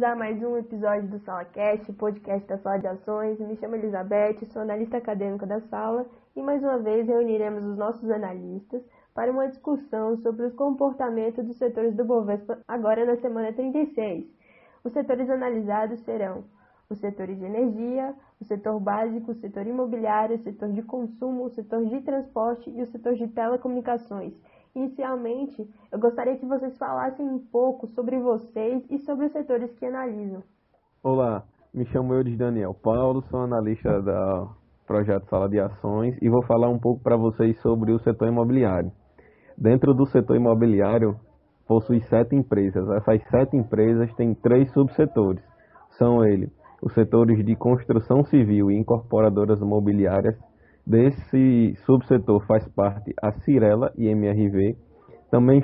a mais um episódio do SalaCast, podcast da Sala de Ações. Me chamo Elizabeth, sou analista acadêmica da sala e mais uma vez reuniremos os nossos analistas para uma discussão sobre os comportamentos dos setores do Bovespa agora na semana 36. Os setores analisados serão os setores de energia, o setor básico, o setor imobiliário, o setor de consumo, o setor de transporte e o setor de telecomunicações. Inicialmente, eu gostaria que vocês falassem um pouco sobre vocês e sobre os setores que analisam. Olá, me chamo Daniel Paulo, sou analista da Projeto Sala de Ações e vou falar um pouco para vocês sobre o setor imobiliário. Dentro do setor imobiliário, possui 7 empresas. Essas 7 empresas têm 3 subsetores. São eles os setores de construção civil e incorporadoras imobiliárias. Desse subsetor faz parte a Cyrela e MRV. Também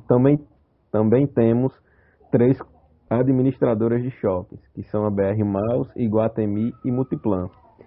temos 3 administradoras de shoppings, que são a BR Malls, Iguatemi e Multiplan.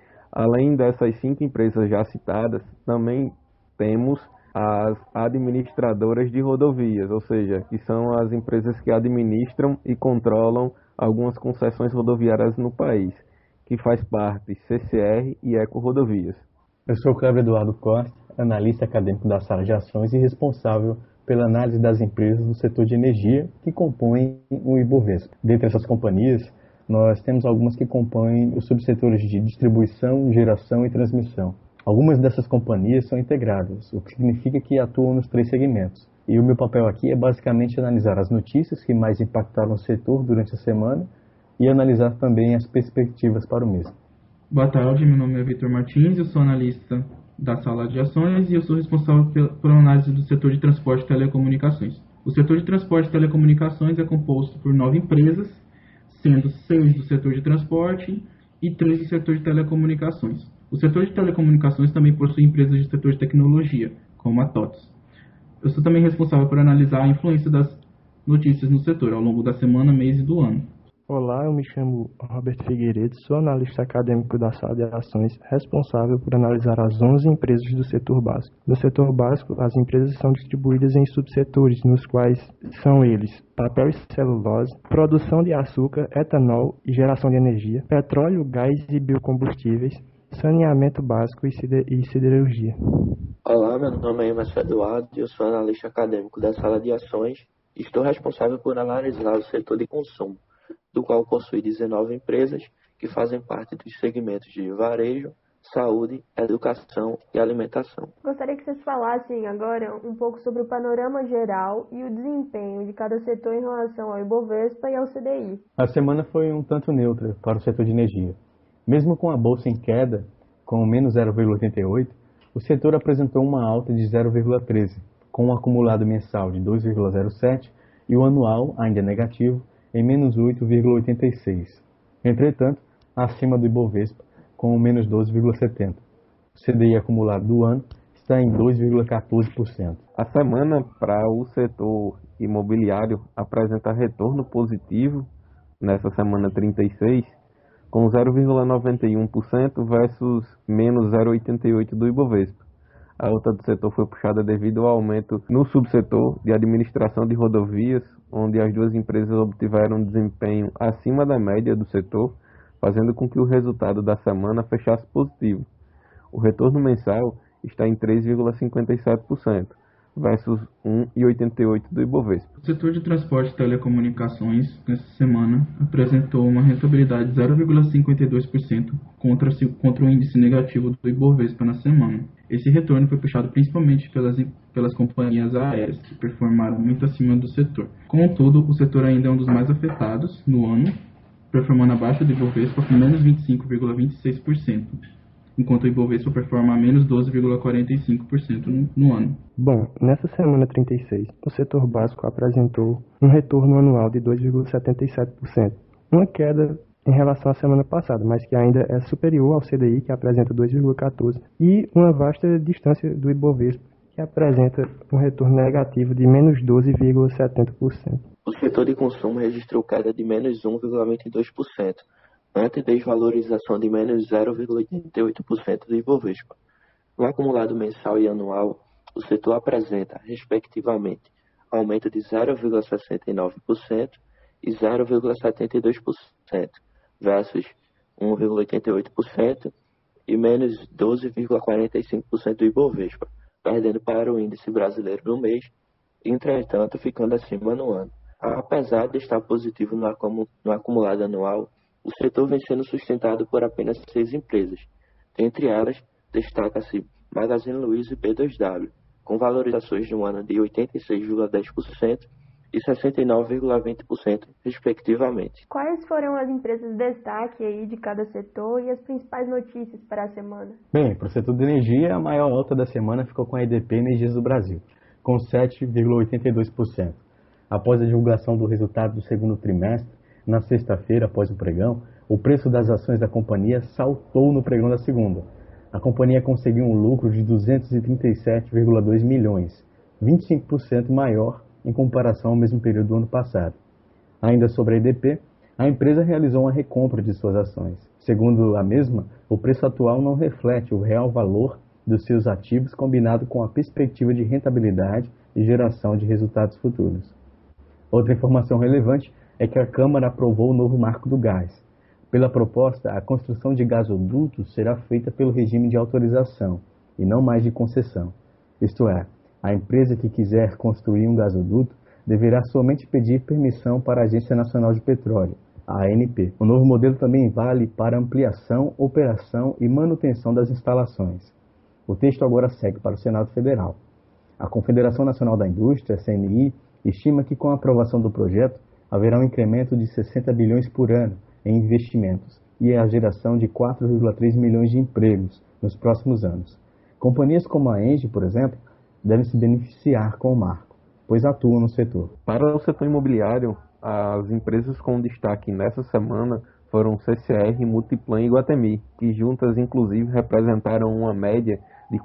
Além dessas 5 empresas já citadas, também temos as administradoras de rodovias, ou seja, que são as empresas que administram e controlam algumas concessões rodoviárias no país, que faz parte CCR e Eco Rodovias. Eu sou o Cleber Eduardo Costa, analista acadêmico da Sala de Ações e responsável pela análise das empresas do setor de energia que compõem o Ibovespa. Dentre essas companhias, nós temos algumas que compõem os subsetores de distribuição, geração e transmissão. Algumas dessas companhias são integradas, o que significa que atuam nos 3 segmentos. E o meu papel aqui é basicamente analisar as notícias que mais impactaram o setor durante a semana e analisar também as perspectivas para o mesmo. Boa tarde, meu nome é Vitor Martins, eu sou analista da Sala de Ações e eu sou responsável pela análise do setor de transporte e telecomunicações. O setor de transporte e telecomunicações é composto por 9 empresas, sendo 6 do setor de transporte e 3 do setor de telecomunicações. O setor de telecomunicações também possui empresas do setor de tecnologia, como a TOTS. Eu sou também responsável por analisar a influência das notícias no setor ao longo da semana, mês e do ano. Olá, eu me chamo Roberto Figueiredo, sou analista acadêmico da Sala de Ações, responsável por analisar as 11 empresas do setor básico. No setor básico, as empresas são distribuídas em subsetores, nos quais são eles papel e celulose, produção de açúcar, etanol e geração de energia, petróleo, gás e biocombustíveis, saneamento básico e siderurgia. Olá, meu nome é Emerson Eduardo e eu sou analista acadêmico da Sala de Ações e estou responsável por analisar o setor de consumo, do qual possui 19 empresas que fazem parte dos segmentos de varejo, saúde, educação e alimentação. Gostaria que vocês falassem agora um pouco sobre o panorama geral e o desempenho de cada setor em relação ao Ibovespa e ao CDI. A semana foi um tanto neutra para o setor de energia. Mesmo com a bolsa em queda, com menos 0,88, o setor apresentou uma alta de 0,13, com um acumulado mensal de 2,07 e o anual, ainda negativo, em menos 8,86. Entretanto, acima do Ibovespa, com menos 12,70. O CDI acumulado do ano está em 2,14%. A semana para o setor imobiliário apresenta retorno positivo nessa semana 36, com 0,91% versus menos 0,88% do Ibovespa. A alta do setor foi puxada devido ao aumento no subsetor de administração de rodovias, onde as 2 empresas obtiveram um desempenho acima da média do setor, fazendo com que o resultado da semana fechasse positivo. O retorno mensal está em 3,57%, versus 1,88% do Ibovespa. O setor de transporte e telecomunicações, nessa semana, apresentou uma rentabilidade de 0,52% contra o índice negativo do Ibovespa na semana. Esse retorno foi puxado principalmente pelas companhias aéreas, que performaram muito acima do setor. Contudo, o setor ainda é um dos mais afetados no ano, performando abaixo do Ibovespa com menos 25,26%. Enquanto o Ibovespa performa a menos 12,45% no ano. Bom, nessa semana 36, o setor básico apresentou um retorno anual de 2,77%, uma queda em relação à semana passada, mas que ainda é superior ao CDI, que apresenta 2,14%, e uma vasta distância do Ibovespa, que apresenta um retorno negativo de menos 12,70%. O setor de consumo registrou queda de menos 1,22%, ante desvalorização de menos 0,88% do Ibovespa. No acumulado mensal e anual, o setor apresenta, respectivamente, aumento de 0,69% e 0,72%, versus 1,88% e menos 12,45% do Ibovespa, perdendo para o índice brasileiro no mês, entretanto ficando acima no ano. Apesar de estar positivo no acumulado anual, o setor vem sendo sustentado por apenas 6 empresas. Dentre elas, destaca-se Magazine Luiza e B2W, com valorizações no ano de 86,10% e 69,20%, respectivamente. Quais foram as empresas de destaque aí de cada setor e as principais notícias para a semana? Bem, para o setor de energia, a maior alta da semana ficou com a EDP Energias do Brasil, com 7,82%. Após a divulgação do resultado do segundo trimestre, na sexta-feira, após o pregão, o preço das ações da companhia saltou no pregão da segunda. A companhia conseguiu um lucro de 237,2 milhões, 25% maior em comparação ao mesmo período do ano passado. Ainda sobre a EDP, a empresa realizou uma recompra de suas ações. Segundo a mesma, o preço atual não reflete o real valor dos seus ativos combinado com a perspectiva de rentabilidade e geração de resultados futuros. Outra informação relevante é que a Câmara aprovou o novo marco do gás. Pela proposta, a construção de gasodutos será feita pelo regime de autorização e não mais de concessão. Isto é, a empresa que quiser construir um gasoduto deverá somente pedir permissão para a Agência Nacional de Petróleo, a ANP. O novo modelo também vale para ampliação, operação e manutenção das instalações. O texto agora segue para o Senado Federal. A Confederação Nacional da Indústria, CNI, estima que com a aprovação do projeto haverá um incremento de 60 bilhões por ano em investimentos e a geração de 4,3 milhões de empregos nos próximos anos. Companhias como a Engie, por exemplo, devem se beneficiar com o marco, pois atuam no setor. Para o setor imobiliário, as empresas com destaque nessa semana foram CCR, Multiplan e Iguatemi, que juntas inclusive representaram uma média de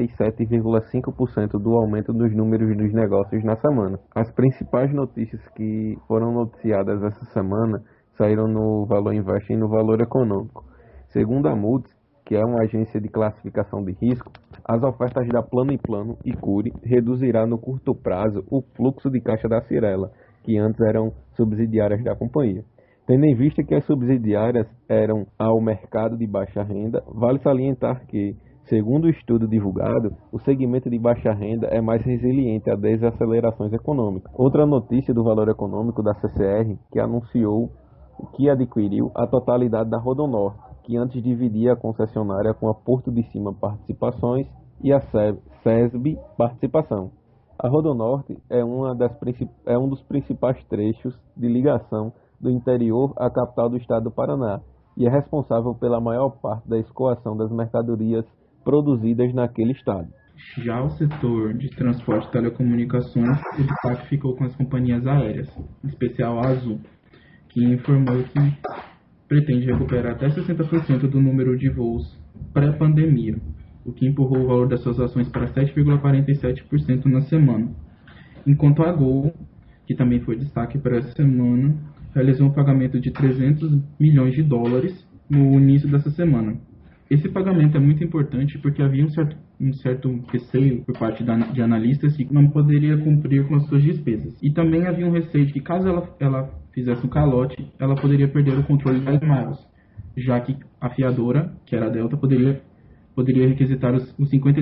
47,5% do aumento dos números dos negócios na semana. As principais notícias que foram noticiadas essa semana saíram no Valor Invest e no Valor Econômico. Segundo a Moody's, que é uma agência de classificação de risco, as ofertas da Plano & Plano e Cury reduzirá no curto prazo o fluxo de caixa da Cyrela, que antes eram subsidiárias da companhia. Tendo em vista que as subsidiárias eram ao mercado de baixa renda, vale salientar que, segundo o estudo divulgado, o segmento de baixa renda é mais resiliente a desacelerações econômicas. Outra notícia do Valor Econômico da CCR, que anunciou que adquiriu a totalidade da Rodonorte, que antes dividia a concessionária com a Porto de Cima Participações e a SESB Participação. A Rodonorte é um dos principais trechos de ligação do interior à capital do estado do Paraná e é responsável pela maior parte da escoação das mercadorias produzidas naquele estado. Já o setor de transporte e telecomunicações, o destaque ficou com as companhias aéreas, em especial a Azul, que informou que pretende recuperar até 60% do número de voos pré-pandemia, o que empurrou o valor das suas ações para 7,47% na semana. Enquanto a Gol, que também foi destaque para essa semana, realizou um pagamento de 300 milhões de dólares no início dessa semana. Esse pagamento é muito importante porque havia um certo receio por parte de analistas que não poderia cumprir com as suas despesas. E também havia um receio de que caso ela fizesse um calote, ela poderia perder o controle das miles, já que a fiadora, que era a Delta, poderia requisitar os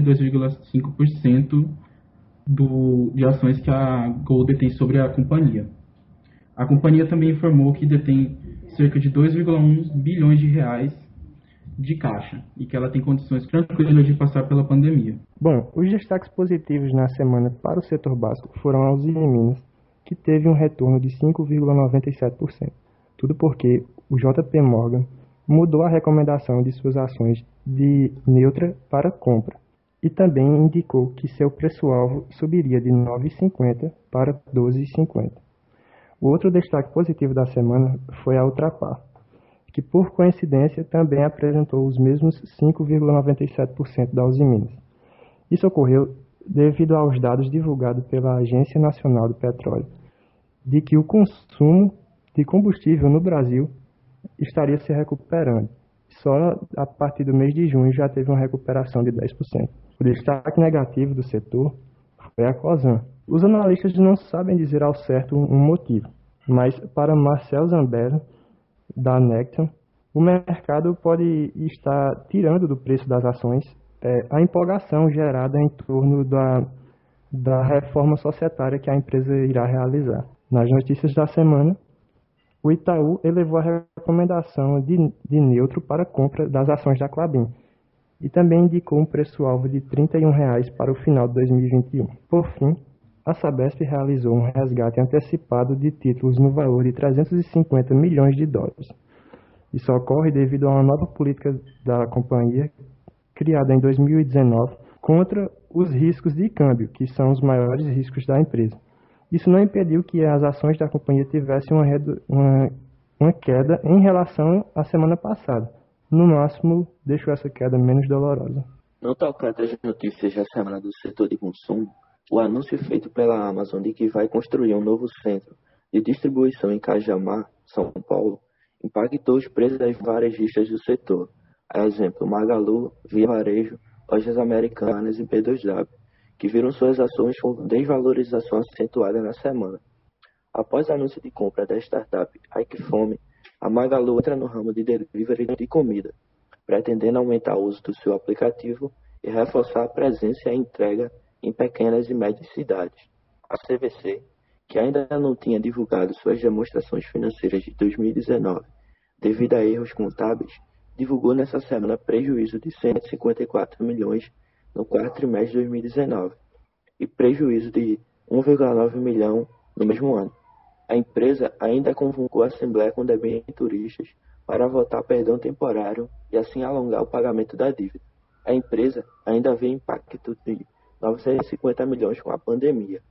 52,5% de ações que a Gol detém sobre a companhia. A companhia também informou que detém cerca de 2,1 bilhões de reais de caixa e que ela tem condições tranquilas de passar pela pandemia. Bom, os destaques positivos na semana para o setor básico foram a Uzi Minas, que teve um retorno de 5,97%. Tudo porque o JP Morgan mudou a recomendação de suas ações de neutra para compra e também indicou que seu preço-alvo subiria de 9,50 para 12,50. O outro destaque positivo da semana foi a Ultrapar, que por coincidência também apresentou os mesmos 5,97% da Uzi Minas. Isso ocorreu devido aos dados divulgados pela Agência Nacional do Petróleo, de que o consumo de combustível no Brasil estaria se recuperando. Só a partir do mês de junho já teve uma recuperação de 10%. O destaque negativo do setor foi a Cosan. Os analistas não sabem dizer ao certo um motivo, Mas, para Marcel Zambelli, da Necton, o mercado pode estar tirando do preço das ações a empolgação gerada em torno da reforma societária que a empresa irá realizar. Nas notícias da semana, o Itaú elevou a recomendação de neutro para a compra das ações da Klabin e também indicou um preço-alvo de R$ 31 para o final de 2021. Por fim, a Sabesp realizou um resgate antecipado de títulos no valor de 350 milhões de dólares. Isso ocorre devido a uma nova política da companhia criada em 2019 contra os riscos de câmbio, que são os maiores riscos da empresa. Isso não impediu que as ações da companhia tivessem uma queda em relação à semana passada. No máximo, deixou essa queda menos dolorosa. No tocante às notícias da semana do setor de consumo, o anúncio feito pela Amazon de que vai construir um novo centro de distribuição em Cajamar, São Paulo, impactou os preços das varejistas do setor. A exemplo, Magalu, Via Varejo, Lojas Americanas e B2W, que viram suas ações com desvalorização acentuada na semana. Após o anúncio de compra da startup Aikfome, a Magalu entra no ramo de delivery de comida, pretendendo aumentar o uso do seu aplicativo e reforçar a presença e a entrega em pequenas e médias cidades. A CVC, que ainda não tinha divulgado suas demonstrações financeiras de 2019 devido a erros contábeis, divulgou nessa semana prejuízo de 154 milhões no quarto trimestre de 2019 e prejuízo de 1,9 milhão no mesmo ano. A empresa ainda convocou a Assembleia com debenturistas para votar perdão temporário e assim alongar o pagamento da dívida. A empresa ainda vê impacto de 950 milhões com a pandemia.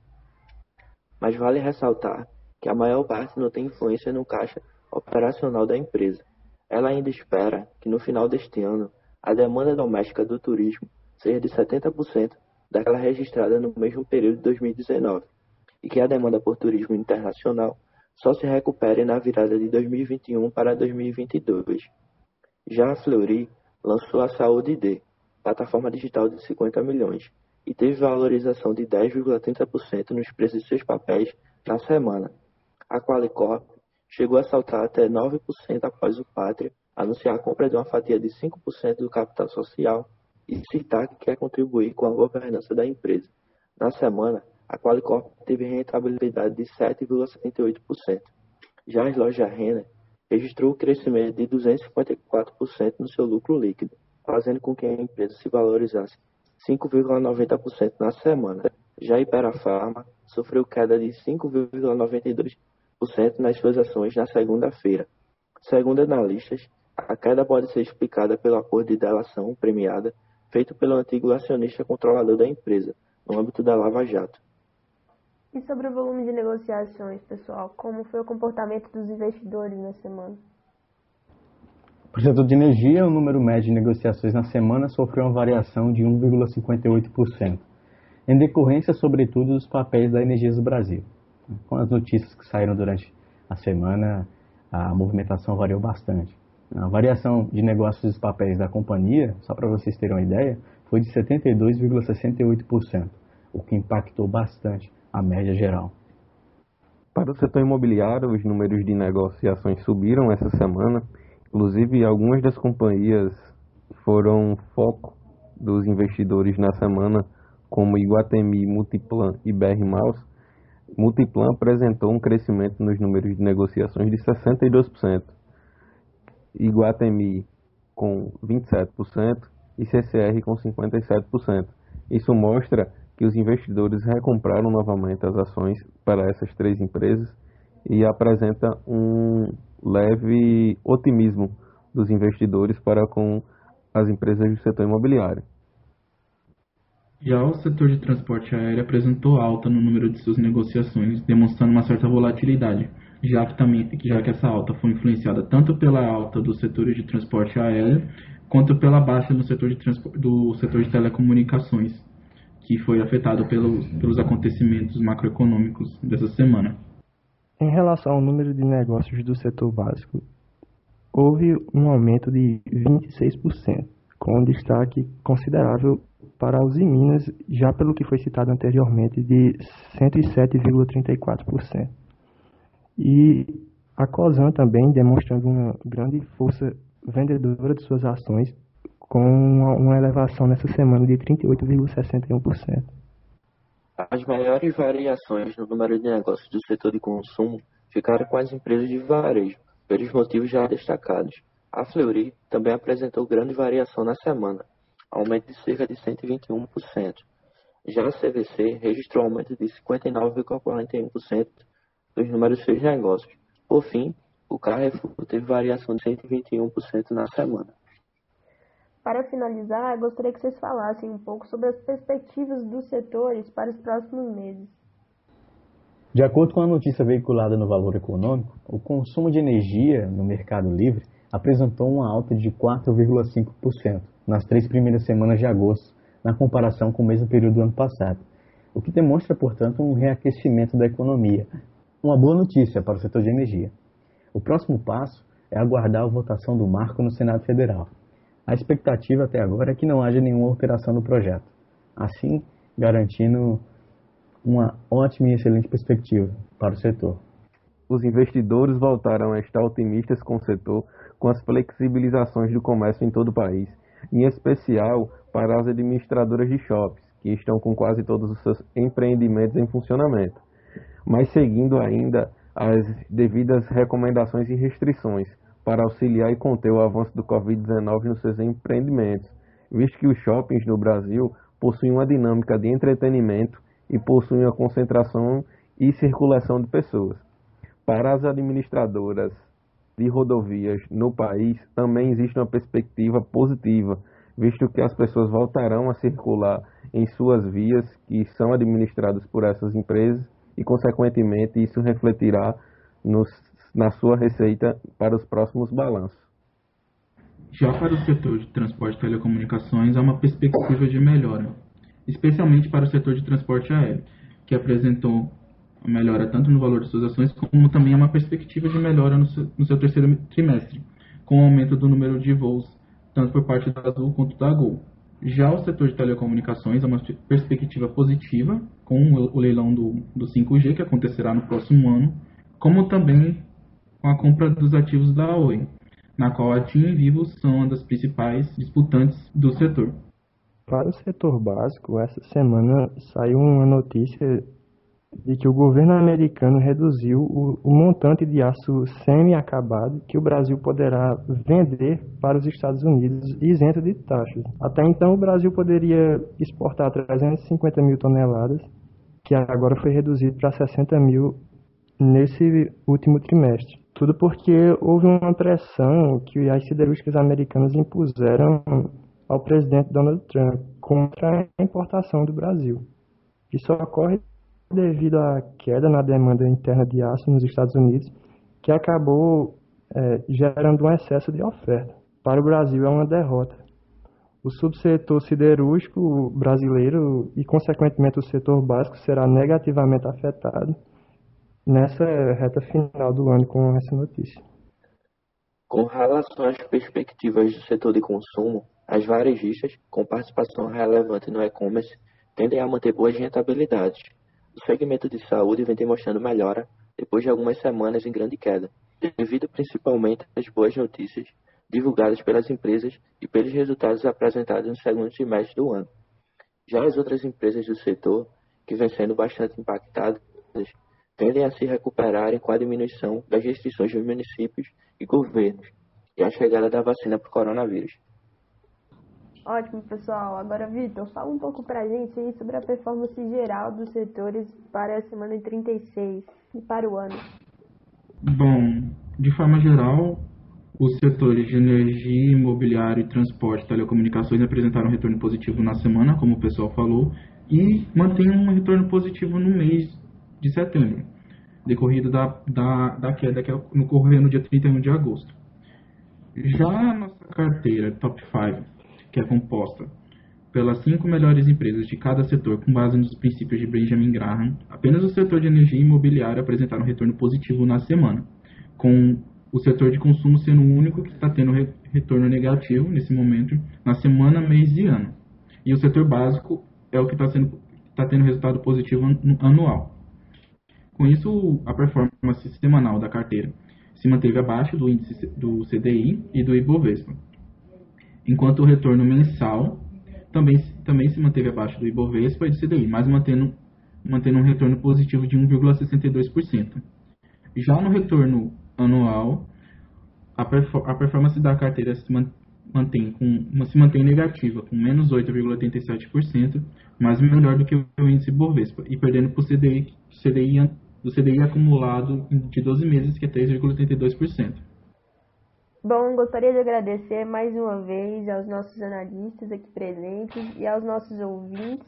Mas vale ressaltar que a maior parte não tem influência no caixa operacional da empresa. Ela ainda espera que no final deste ano a demanda doméstica do turismo seja de 70% daquela registrada no mesmo período de 2019 e que a demanda por turismo internacional só se recupere na virada de 2021 para 2022. Já a Fleury lançou a Saúde D, plataforma digital de 50 milhões, e teve valorização de 10,30% nos preços de seus papéis na semana. A Qualicorp chegou a saltar até 9% após o Pátria anunciar a compra de uma fatia de 5% do capital social e citar que quer contribuir com a governança da empresa. Na semana, a Qualicorp teve rentabilidade de 7,78%. Já as lojas Renner registrou um crescimento de 254% no seu lucro líquido, fazendo com que a empresa se valorizasse 5,90% na semana. Já a Iberafarma sofreu queda de 5,92% nas suas ações na segunda-feira. Segundo analistas, a queda pode ser explicada pelo acordo de delação premiada feito pelo antigo acionista controlador da empresa, no âmbito da Lava Jato. E sobre o volume de negociações, pessoal, como foi o comportamento dos investidores na semana? Para o setor de energia, o número médio de negociações na semana sofreu uma variação de 1,58%, em decorrência, sobretudo, dos papéis da Energias do Brasil. Com as notícias que saíram durante a semana, a movimentação variou bastante. A variação de negócios dos papéis da companhia, só para vocês terem uma ideia, foi de 72,68%, o que impactou bastante a média geral. Para o setor imobiliário, os números de negociações subiram essa semana. Inclusive, algumas das companhias foram foco dos investidores na semana, como Iguatemi, Multiplan e BR Malls. Multiplan apresentou um crescimento nos números de negociações de 62%, Iguatemi com 27% e CCR com 57%. Isso mostra que os investidores recompraram novamente as ações para essas três empresas e apresenta um leve otimismo dos investidores para com as empresas do setor imobiliário. Já o setor de transporte aéreo apresentou alta no número de suas negociações, demonstrando uma certa volatilidade, já que essa alta foi influenciada tanto pela alta dos setores de transporte aéreo, quanto pela baixa no setor do setor de telecomunicações, que foi afetado pelos acontecimentos macroeconômicos dessa semana. Em relação ao número de negócios do setor básico, houve um aumento de 26%, com um destaque considerável para a Uzi Minas, já pelo que foi citado anteriormente, de 107,34%. E a Cosan também demonstrando uma grande força vendedora de suas ações, com uma elevação nessa semana de 38,61%. As maiores variações no número de negócios do setor de consumo ficaram com as empresas de varejo, pelos motivos já destacados. A Fleury também apresentou grande variação na semana, aumento de cerca de 121%. Já a CVC registrou aumento de 59,41% nos números de seus negócios. Por fim, o Carrefour teve variação de 121% na semana. Para finalizar, gostaria que vocês falassem um pouco sobre as perspectivas dos setores para os próximos meses. De acordo com a notícia veiculada no Valor Econômico, o consumo de energia no Mercado Livre apresentou uma alta de 4,5% nas 3 primeiras semanas de agosto, na comparação com o mesmo período do ano passado, o que demonstra, portanto, um reaquecimento da economia. Uma boa notícia para o setor de energia. O próximo passo é aguardar a votação do marco no Senado Federal. A expectativa até agora é que não haja nenhuma alteração no projeto, assim garantindo uma ótima e excelente perspectiva para o setor. Os investidores voltaram a estar otimistas com o setor, com as flexibilizações do comércio em todo o país, em especial para as administradoras de shoppings, que estão com quase todos os seus empreendimentos em funcionamento, mas seguindo ainda as devidas recomendações e restrições para auxiliar e conter o avanço do Covid-19 nos seus empreendimentos, visto que os shoppings no Brasil possuem uma dinâmica de entretenimento e possuem uma concentração e circulação de pessoas. Para as administradoras de rodovias no país, também existe uma perspectiva positiva, visto que as pessoas voltarão a circular em suas vias que são administradas por essas empresas e, consequentemente, isso refletirá na sua receita para os próximos balanços. Já para o setor de transporte e telecomunicações, há uma perspectiva de melhora, especialmente para o setor de transporte aéreo, que apresentou melhora tanto no valor de suas ações, como também há uma perspectiva de melhora no seu terceiro trimestre, com o aumento do número de voos, tanto por parte da Azul quanto da Gol. Já o setor de telecomunicações há uma perspectiva positiva, com o leilão do 5G, que acontecerá no próximo ano, como também com a compra dos ativos da Oi, na qual a TIM e Vivo são uma das principais disputantes do setor. Para o setor básico, essa semana saiu uma notícia de que o governo americano reduziu o montante de aço semi-acabado que o Brasil poderá vender para os Estados Unidos isento de taxas. Até então, o Brasil poderia exportar 350 mil toneladas, que agora foi reduzido para 60 mil nesse último trimestre. Tudo porque houve uma pressão que as siderúrgicas americanas impuseram ao presidente Donald Trump contra a importação do Brasil. Isso ocorre devido à queda na demanda interna de aço nos Estados Unidos, que acabou gerando um excesso de oferta. Para o Brasil é uma derrota. O subsetor siderúrgico brasileiro e, consequentemente, o setor básico será negativamente afetado nessa reta final do ano com essa notícia. Com relação às perspectivas do setor de consumo, as varejistas, com participação relevante no e-commerce, tendem a manter boas rentabilidades. O segmento de saúde vem demonstrando melhora depois de algumas semanas em grande queda, devido principalmente às boas notícias divulgadas pelas empresas e pelos resultados apresentados no segundo trimestre do ano. Já as outras empresas do setor, que vêm sendo bastante impactadas, tendem a se recuperarem com a diminuição das restrições dos municípios e governos e a chegada da vacina para o coronavírus. Ótimo, pessoal. Agora, Vitor, fala um pouco pra gente aí sobre a performance geral dos setores para a semana 36 e para o ano. Bom, de forma geral, os setores de energia, imobiliário, transporte e telecomunicações apresentaram um retorno positivo na semana, como o pessoal falou, e mantém um retorno positivo no mês de setembro, decorrido da queda que ocorreu no dia 31 de agosto. Já a nossa carteira Top 5, que é composta pelas 5 melhores empresas de cada setor com base nos princípios de Benjamin Graham, apenas o setor de energia e imobiliário apresentaram um retorno positivo na semana, com o setor de consumo sendo o único que está tendo retorno negativo nesse momento, na semana, mês e ano. E o setor básico é o que está tendo resultado positivo anual. Com isso, a performance semanal da carteira se manteve abaixo do índice do CDI e do Ibovespa, enquanto o retorno mensal também se manteve abaixo do Ibovespa e do CDI, mas mantendo um retorno positivo de 1,62%. Já no retorno anual, a performance da carteira se mantém negativa, com menos 8,87%, mas melhor do que o índice Ibovespa, e perdendo para o CDI acumulado de 12 meses, que é 3,82%. Bom, gostaria de agradecer mais uma vez aos nossos analistas aqui presentes e aos nossos ouvintes.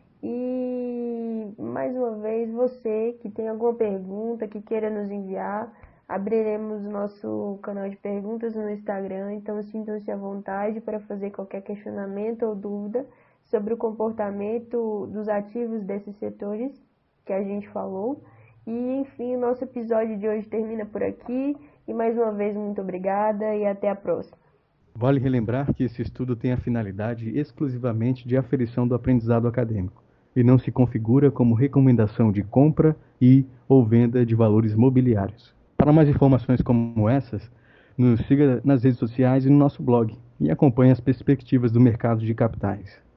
E mais uma vez, você que tem alguma pergunta, que queira nos enviar, abriremos o nosso canal de perguntas no Instagram, então sintam-se à vontade para fazer qualquer questionamento ou dúvida sobre o comportamento dos ativos desses setores que a gente falou. E enfim, o nosso episódio de hoje termina por aqui. E mais uma vez, muito obrigada e até a próxima. Vale relembrar que esse estudo tem a finalidade exclusivamente de aferição do aprendizado acadêmico e não se configura como recomendação de compra ou venda de valores mobiliários. Para mais informações como essas, nos siga nas redes sociais e no nosso blog e acompanhe as perspectivas do mercado de capitais.